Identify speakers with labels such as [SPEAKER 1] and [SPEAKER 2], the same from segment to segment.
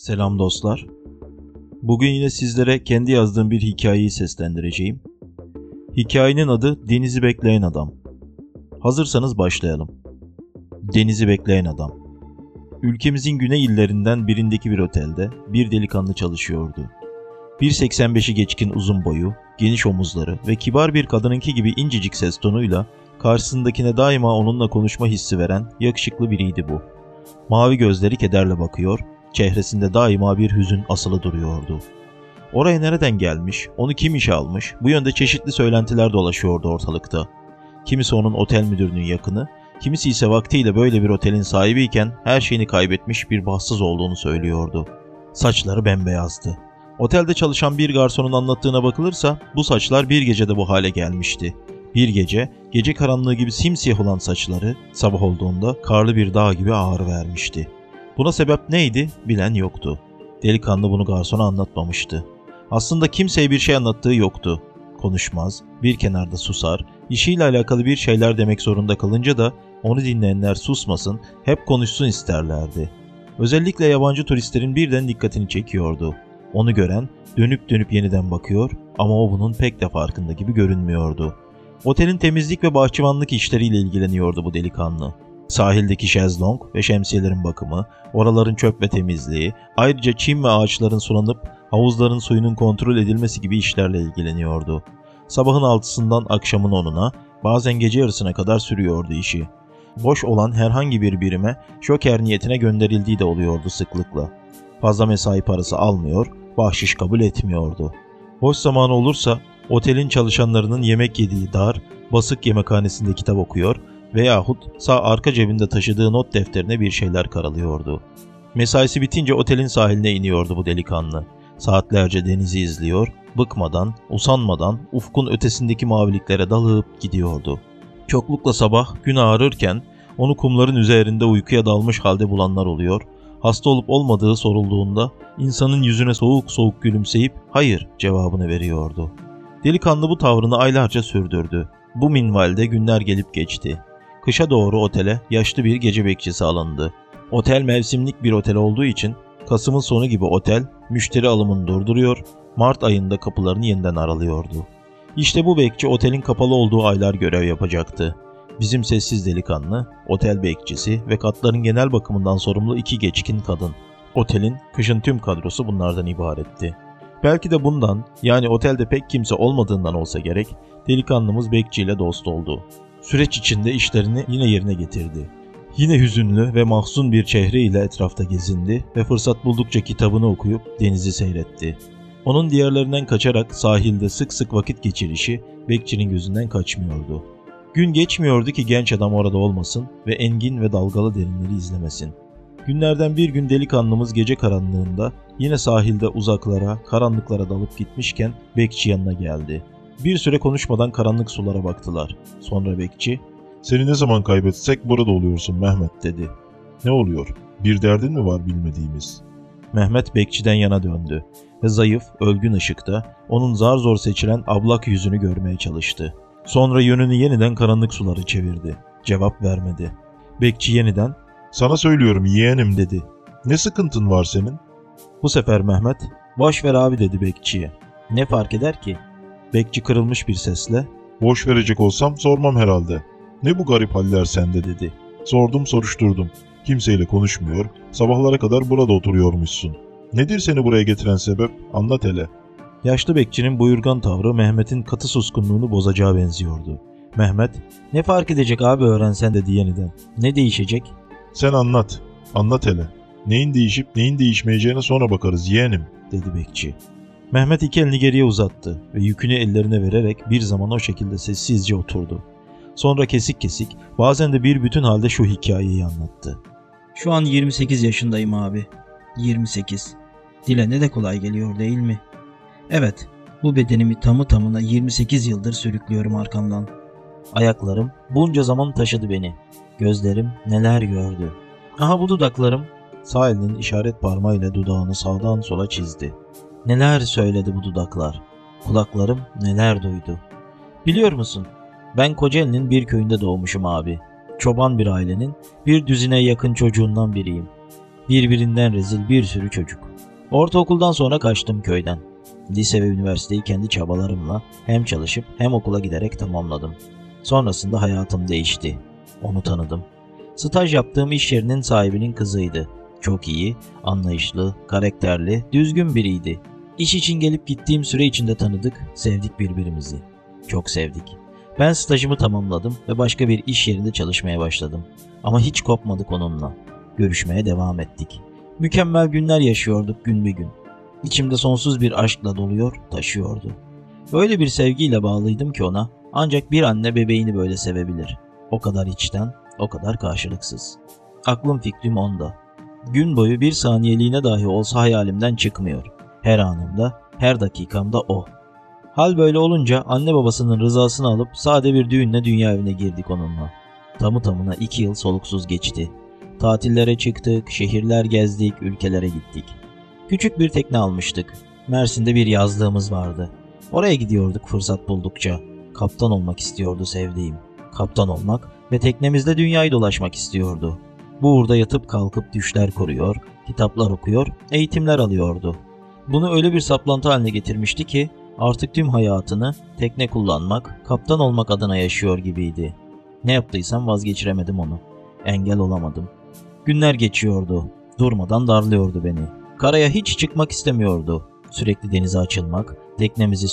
[SPEAKER 1] Selam dostlar. Bugün yine sizlere kendi yazdığım bir hikayeyi seslendireceğim. Hikayenin adı Denizi Bekleyen Adam. Hazırsanız başlayalım. Denizi Bekleyen Adam. Ülkemizin güney illerinden birindeki bir otelde bir delikanlı çalışıyordu. 1.85'i geçkin uzun boyu, geniş omuzları ve kibar bir kadınınki gibi incecik ses tonuyla karşısındakine daima onunla konuşma hissi veren yakışıklı biriydi bu. Mavi gözleri kederle bakıyor, çehresinde daima bir hüzün asılı duruyordu. Oraya nereden gelmiş, onu kim işe almış, bu yönde çeşitli söylentiler dolaşıyordu ortalıkta. Kimisi onun otel müdürünün yakını, kimisi ise vaktiyle böyle bir otelin sahibiyken her şeyini kaybetmiş bir bahtsız olduğunu söylüyordu. Saçları bembeyazdı. Otelde çalışan bir garsonun anlattığına bakılırsa bu saçlar bir gecede bu hale gelmişti. Bir gece karanlığı gibi simsiyah olan saçları sabah olduğunda karlı bir dağ gibi ağrıvermişti. Buna sebep neydi bilen yoktu. Delikanlı bunu garsona anlatmamıştı. Aslında kimseye bir şey anlattığı yoktu. Konuşmaz, bir kenarda susar, işiyle alakalı bir şeyler demek zorunda kalınca da onu dinleyenler susmasın, hep konuşsun isterlerdi. Özellikle yabancı turistlerin birden dikkatini çekiyordu. Onu gören dönüp dönüp yeniden bakıyor ama o bunun pek de farkında gibi görünmüyordu. Otelin temizlik ve bahçıvanlık işleriyle ilgileniyordu bu delikanlı. Sahildeki şezlong ve şemsiyelerin bakımı, oraların çöp ve temizliği, ayrıca çim ve ağaçların sulanıp havuzların suyunun kontrol edilmesi gibi işlerle ilgileniyordu. Sabahın 6'sından akşamın 10'una, bazen gece yarısına kadar sürüyordu işi. Boş olan herhangi bir birime şoker niyetine gönderildiği de oluyordu sıklıkla. Fazla mesai parası almıyor, bahşiş kabul etmiyordu. Boş zamanı olursa otelin çalışanlarının yemek yediği dar, basık yemekhanesinde kitap okuyor veyahut sağ arka cebinde taşıdığı not defterine bir şeyler karalıyordu. Mesaisi bitince otelin sahiline iniyordu bu delikanlı. Saatlerce denizi izliyor, bıkmadan, usanmadan ufkun ötesindeki maviliklere dalıp gidiyordu. Çoklukla sabah gün ağarırken onu kumların üzerinde uykuya dalmış halde bulanlar oluyor, hasta olup olmadığı sorulduğunda insanın yüzüne soğuk soğuk gülümseyip hayır cevabını veriyordu. Delikanlı bu tavrını aylarca sürdürdü. Bu minvalde günler gelip geçti. Kışa doğru otele yaşlı bir gece bekçisi alındı. Otel mevsimlik bir otel olduğu için Kasım'ın sonu gibi otel müşteri alımını durduruyor, Mart ayında kapılarını yeniden aralıyordu. İşte bu bekçi otelin kapalı olduğu aylar görev yapacaktı. Bizim sessiz delikanlı, otel bekçisi ve katların genel bakımından sorumlu 2 geçkin kadın. Otelin kışın tüm kadrosu bunlardan ibaretti. Belki de bundan, yani otelde pek kimse olmadığından olsa gerek, delikanlımız bekçiyle dost oldu. Süreç içinde işlerini yine yerine getirdi. Yine hüzünlü ve mahzun bir çehreyle etrafta gezindi ve fırsat buldukça kitabını okuyup denizi seyretti. Onun diğerlerinden kaçarak sahilde sık sık vakit geçirişi bekçinin gözünden kaçmıyordu. Gün geçmiyordu ki genç adam orada olmasın ve engin ve dalgalı derinleri izlemesin. Günlerden bir gün delikanlımız gece karanlığında yine sahilde uzaklara, karanlıklara dalıp gitmişken bekçi yanına geldi. Bir süre konuşmadan karanlık sulara baktılar. Sonra bekçi,
[SPEAKER 2] "Seni ne zaman kaybetsek burada oluyorsun Mehmet," dedi. "Ne oluyor? Bir derdin mi var bilmediğimiz?"
[SPEAKER 1] Mehmet bekçiden yana döndü ve zayıf, ölgün ışıkta onun zar zor seçilen ablak yüzünü görmeye çalıştı. Sonra yönünü yeniden karanlık sulara çevirdi. Cevap vermedi. Bekçi yeniden,
[SPEAKER 2] "Sana söylüyorum yeğenim," dedi. "Ne sıkıntın var senin?"
[SPEAKER 1] Bu sefer Mehmet, "Boş ver abi," dedi bekçiye. "Ne fark eder ki?" Bekçi kırılmış bir sesle,
[SPEAKER 2] "Boş verecek olsam sormam herhalde. Ne bu garip haller sende," dedi. "Sordum soruşturdum. Kimseyle konuşmuyor, sabahlara kadar burada oturuyormuşsun. Nedir seni buraya getiren sebep? Anlat hele."
[SPEAKER 1] Yaşlı bekçinin buyurgan tavrı Mehmet'in katı suskunluğunu bozacağı benziyordu. Mehmet, "Ne fark edecek abi öğrensen," dedi yeniden. "Ne değişecek?"
[SPEAKER 2] "Sen anlat. Anlat hele. Neyin değişip neyin değişmeyeceğine sonra bakarız yeğenim,"
[SPEAKER 1] dedi bekçi. Mehmet 2 elini geriye uzattı ve yükünü ellerine vererek bir zaman o şekilde sessizce oturdu. Sonra kesik kesik, bazen de bir bütün halde şu hikayeyi anlattı.
[SPEAKER 3] Şu an 28 yaşındayım abi. 28. Dile ne de kolay geliyor değil mi? Evet, bu bedenimi tamı tamına 28 yıldır sürüklüyorum arkamdan. Ayaklarım bunca zaman taşıdı beni. Gözlerim neler gördü. Aha bu dudaklarım.
[SPEAKER 1] Sağ elinin işaret parmağıyla dudağını sağdan sola çizdi. Neler söyledi bu dudaklar. Kulaklarım neler duydu. Biliyor musun? Ben Kocaeli'nin bir köyünde doğmuşum abi. Çoban bir ailenin bir düzine yakın çocuğundan biriyim. Birbirinden rezil bir sürü çocuk. Ortaokuldan sonra kaçtım köyden. Lise ve üniversiteyi kendi çabalarımla hem çalışıp hem okula giderek tamamladım. Sonrasında hayatım değişti. Onu tanıdım. Staj yaptığım iş yerinin sahibinin kızıydı. Çok iyi, anlayışlı, karakterli, düzgün biriydi. İş için gelip gittiğim süre içinde tanıdık, sevdik birbirimizi. Çok sevdik. Ben stajımı tamamladım ve başka bir iş yerinde çalışmaya başladım. Ama hiç kopmadık onunla. Görüşmeye devam ettik. Mükemmel günler yaşıyorduk gün bir gün. İçimde sonsuz bir aşkla doluyor, taşıyordu. Öyle bir sevgiyle bağlıydım ki ona, ancak bir anne bebeğini böyle sevebilir. O kadar içten, o kadar karşılıksız. Aklım fikrim onda. Gün boyu bir saniyeliğine dahi olsa hayalimden çıkmıyor. Her anımda, her dakikamda o. Hal böyle olunca anne babasının rızasını alıp sade bir düğünle dünya evine girdik onunla. Tamı tamına 2 yıl soluksuz geçti. Tatillere çıktık, şehirler gezdik, ülkelere gittik. Küçük bir tekne almıştık. Mersin'de bir yazlığımız vardı. Oraya gidiyorduk fırsat buldukça. Kaptan olmak istiyordu sevdiğim. Kaptan olmak ve teknemizde dünyayı dolaşmak istiyordu. Bu uğurda yatıp kalkıp düşler kuruyor, kitaplar okuyor, eğitimler alıyordu. Bunu öyle bir saplantı haline getirmişti ki artık tüm hayatını tekne kullanmak, kaptan olmak adına yaşıyor gibiydi. Ne yaptıysam vazgeçiremedim onu. Engel olamadım. Günler geçiyordu. Durmadan darlıyordu beni. Karaya hiç çıkmak istemiyordu. Sürekli denize açılmak, teknemizi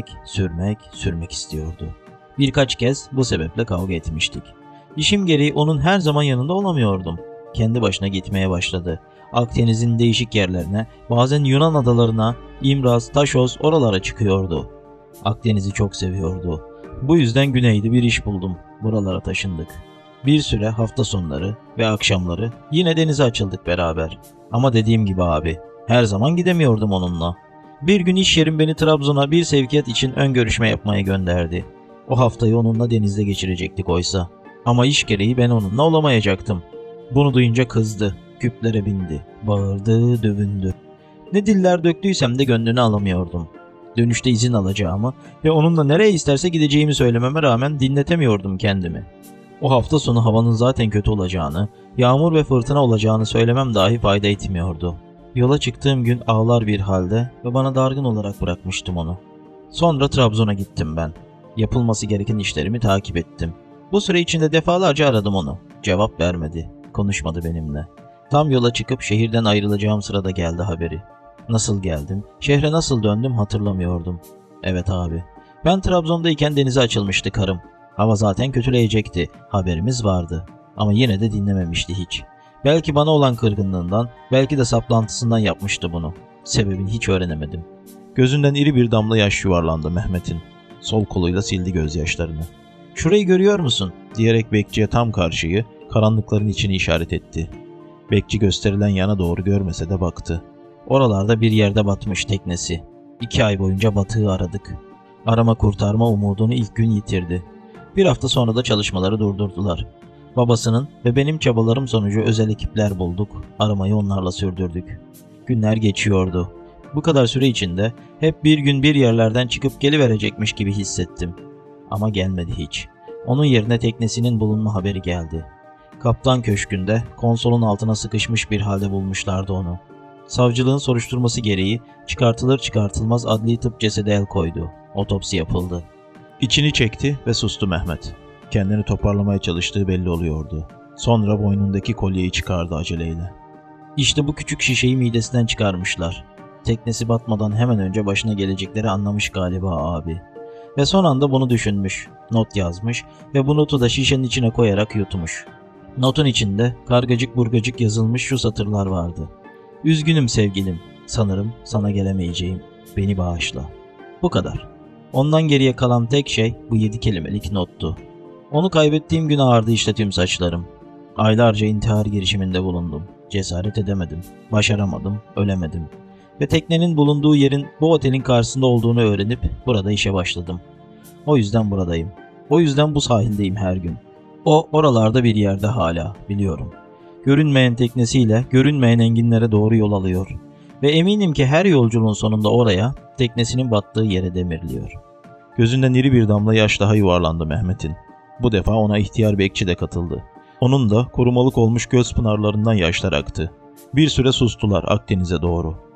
[SPEAKER 1] sürmek istiyordu. Birkaç kez bu sebeple kavga etmiştik. İşim gereği onun her zaman yanında olamıyordum. Kendi başına gitmeye başladı. Akdeniz'in değişik yerlerine, bazen Yunan adalarına, İmraz, Taşos oralara çıkıyordu. Akdeniz'i çok seviyordu. Bu yüzden güneyde bir iş buldum. Buralara taşındık. Bir süre hafta sonları ve akşamları yine denize açıldık beraber. Ama dediğim gibi abi, her zaman gidemiyordum onunla. Bir gün iş yerim beni Trabzon'a bir sevkiyat için ön görüşme yapmaya gönderdi. O haftayı onunla denizde geçirecektik oysa. Ama iş gereği ben onunla olamayacaktım. Bunu duyunca kızdı, küplere bindi, bağırdı, dövündü. Ne diller döktüysem de gönlünü alamıyordum. Dönüşte izin alacağımı ve onunla nereye isterse gideceğimi söylememe rağmen dinletemiyordum kendimi. O hafta sonu havanın zaten kötü olacağını, yağmur ve fırtına olacağını söylemem dahi fayda etmiyordu. Yola çıktığım gün ağlar bir halde ve bana dargın olarak bırakmıştım onu. Sonra Trabzon'a gittim ben. Yapılması gereken işlerimi takip ettim. Bu süre içinde defalarca aradım onu. Cevap vermedi, konuşmadı benimle. Tam yola çıkıp şehirden ayrılacağım sırada geldi haberi. Nasıl geldim, şehre nasıl döndüm hatırlamıyordum. Evet abi, ben Trabzon'dayken denize açılmıştı karım. Hava zaten kötüleyecekti, haberimiz vardı. Ama yine de dinlememişti hiç. Belki bana olan kırgınlığından, belki de saplantısından yapmıştı bunu. Sebebini hiç öğrenemedim.
[SPEAKER 2] Gözünden iri bir damla yaş yuvarlandı Mehmet'in. Sol koluyla sildi gözyaşlarını.
[SPEAKER 1] "Şurayı görüyor musun?"
[SPEAKER 2] diyerek bekçiye tam karşıyı, karanlıkların içini işaret etti. Bekçi gösterilen yana doğru görmese de baktı.
[SPEAKER 1] Oralarda bir yerde batmış teknesi. 2 ay boyunca batığı aradık. Arama kurtarma umudunu ilk gün yitirdi. Bir hafta sonra da çalışmaları durdurdular. Babasının ve benim çabalarım sonucu özel ekipler bulduk. Aramayı onlarla sürdürdük. Günler geçiyordu. Bu kadar süre içinde hep bir gün bir yerlerden çıkıp geliverecekmiş gibi hissettim. Ama gelmedi hiç. Onun yerine teknesinin bulunma haberi geldi. Kaptan köşkünde konsolun altına sıkışmış bir halde bulmuşlardı onu. Savcılığın soruşturması gereği çıkartılır çıkartılmaz adli tıp cesede el koydu. Otopsi yapıldı.
[SPEAKER 2] İçini çekti ve sustu Mehmet. Kendini toparlamaya çalıştığı belli oluyordu. Sonra boynundaki kolyeyi çıkardı aceleyle.
[SPEAKER 1] İşte bu küçük şişeyi midesinden çıkarmışlar. Teknesi batmadan hemen önce başına gelecekleri anlamış galiba abi. Ve son anda bunu düşünmüş, not yazmış ve bu notu da şişenin içine koyarak yutmuş. Notun içinde kargacık burgacık yazılmış şu satırlar vardı. "Üzgünüm sevgilim, sanırım sana gelemeyeceğim, beni bağışla." Bu kadar. Ondan geriye kalan tek şey bu 7 kelimelik nottu. Onu kaybettiğim gün ağardı işte tüm saçlarım. Aylarca intihar girişiminde bulundum. Cesaret edemedim, başaramadım, ölemedim. Ve teknenin bulunduğu yerin bu otelin karşısında olduğunu öğrenip burada işe başladım. O yüzden buradayım. O yüzden bu sahildeyim her gün. O oralarda bir yerde hala, biliyorum. Görünmeyen teknesiyle görünmeyen enginlere doğru yol alıyor. Ve eminim ki her yolculuğun sonunda oraya, teknesinin battığı yere demirliyor.
[SPEAKER 2] Gözünden iri bir damla yaş daha yuvarlandı Mehmet'in. Bu defa ona ihtiyar bekçi de katıldı. Onun da korumalık olmuş göz pınarlarından yaşlar aktı. Bir süre sustular Akdeniz'e doğru.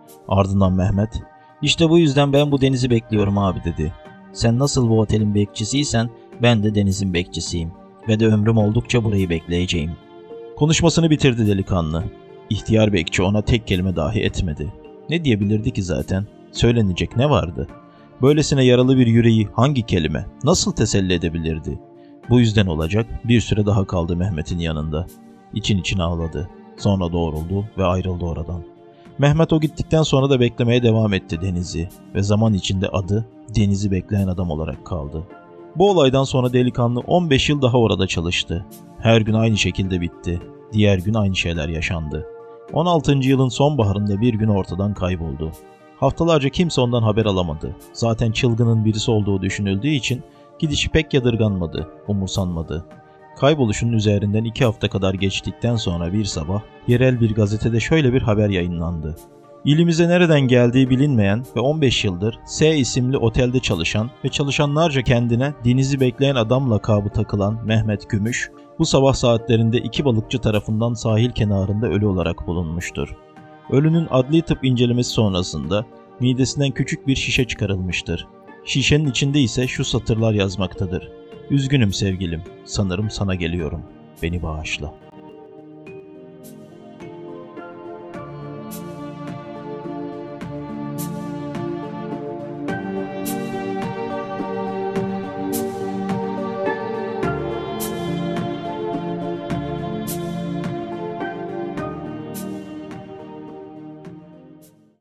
[SPEAKER 1] Ardından Mehmet, "İşte bu yüzden ben bu Deniz'i bekliyorum abi," dedi. "Sen nasıl bu otelin bekçisiysen ben de Deniz'in bekçisiyim ve de ömrüm oldukça burayı bekleyeceğim." Konuşmasını bitirdi delikanlı. İhtiyar bekçi ona tek kelime dahi etmedi. Ne diyebilirdi ki zaten? Söylenecek ne vardı? Böylesine yaralı bir yüreği hangi kelime, nasıl teselli edebilirdi? Bu yüzden olacak bir süre daha kaldı Mehmet'in yanında. İçin içine ağladı. Sonra doğruldu ve ayrıldı oradan. Mehmet o gittikten sonra da beklemeye devam etti Deniz'i ve zaman içinde adı Deniz'i bekleyen adam olarak kaldı. Bu olaydan sonra delikanlı 15 yıl daha orada çalıştı. Her gün aynı şekilde bitti. Diğer gün aynı şeyler yaşandı. 16. yılın sonbaharında bir gün ortadan kayboldu. Haftalarca kimse ondan haber alamadı. Zaten çılgının birisi olduğu düşünüldüğü için gidişi pek yadırganmadı, umursanmadı. Kayboluşunun üzerinden 2 hafta kadar geçtikten sonra bir sabah yerel bir gazetede şöyle bir haber yayınlandı. İlimize nereden geldiği bilinmeyen ve 15 yıldır S isimli otelde çalışan ve çalışanlarca kendine Deniz'i bekleyen adam lakabı takılan Mehmet Gümüş, bu sabah saatlerinde 2 balıkçı tarafından sahil kenarında ölü olarak bulunmuştur. Ölünün adli tıp incelemesi sonrasında midesinden küçük bir şişe çıkarılmıştır. Şişenin içinde ise şu satırlar yazmaktadır: "Üzgünüm sevgilim, sanırım sana geliyorum. Beni bağışla."